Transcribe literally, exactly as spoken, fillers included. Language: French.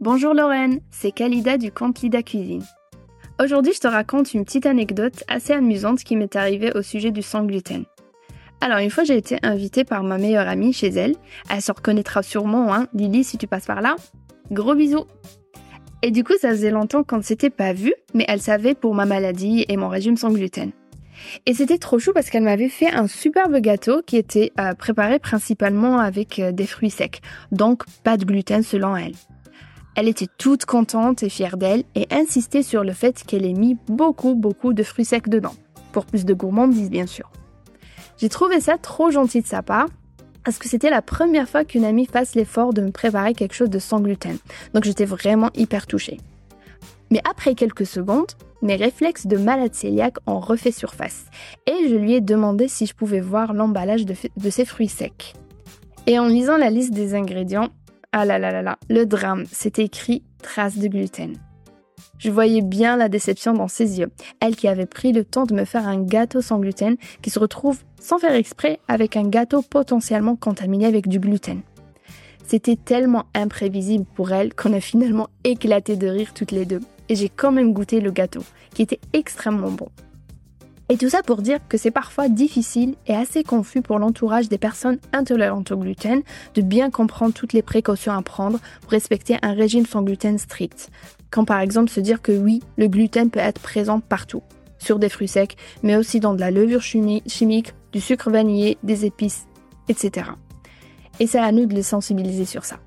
Bonjour Lorraine, c'est Khalida du compte Lida Cuisine. Aujourd'hui, je te raconte une petite anecdote assez amusante qui m'est arrivée au sujet du sans gluten. Alors, une fois, j'ai été invitée par ma meilleure amie chez elle. Elle se reconnaîtra sûrement, hein. Lily, si tu passes par là, gros bisous. Et du coup, ça faisait longtemps qu'on ne s'était pas vus, mais elle savait pour ma maladie et mon régime sans gluten. Et c'était trop chou parce qu'elle m'avait fait un superbe gâteau qui était euh, préparé principalement avec euh, des fruits secs, donc pas de gluten selon elle. Elle était toute contente et fière d'elle et insistait sur le fait qu'elle ait mis beaucoup beaucoup de fruits secs dedans, pour plus de gourmandise bien sûr. J'ai trouvé ça trop gentil de sa part, parce que c'était la première fois qu'une amie fasse l'effort de me préparer quelque chose de sans gluten, donc j'étais vraiment hyper touchée. Mais après quelques secondes, mes réflexes de malade cœliaque ont refait surface, et je lui ai demandé si je pouvais voir l'emballage de, f- de ces fruits secs. Et en lisant la liste des ingrédients, ah là là là là, le drame, c'était écrit « traces de gluten ». Je voyais bien la déception dans ses yeux, elle qui avait pris le temps de me faire un gâteau sans gluten qui se retrouve, sans faire exprès, avec un gâteau potentiellement contaminé avec du gluten. C'était tellement imprévisible pour elle qu'on a finalement éclaté de rire toutes les deux, et j'ai quand même goûté le gâteau, qui était extrêmement bon. Et tout ça pour dire que c'est parfois difficile et assez confus pour l'entourage des personnes intolérantes au gluten de bien comprendre toutes les précautions à prendre pour respecter un régime sans gluten strict. Comme par exemple se dire que oui, le gluten peut être présent partout, sur des fruits secs, mais aussi dans de la levure chimi- chimique, du sucre vanillé, des épices, et cetera. Et c'est à nous de les sensibiliser sur ça.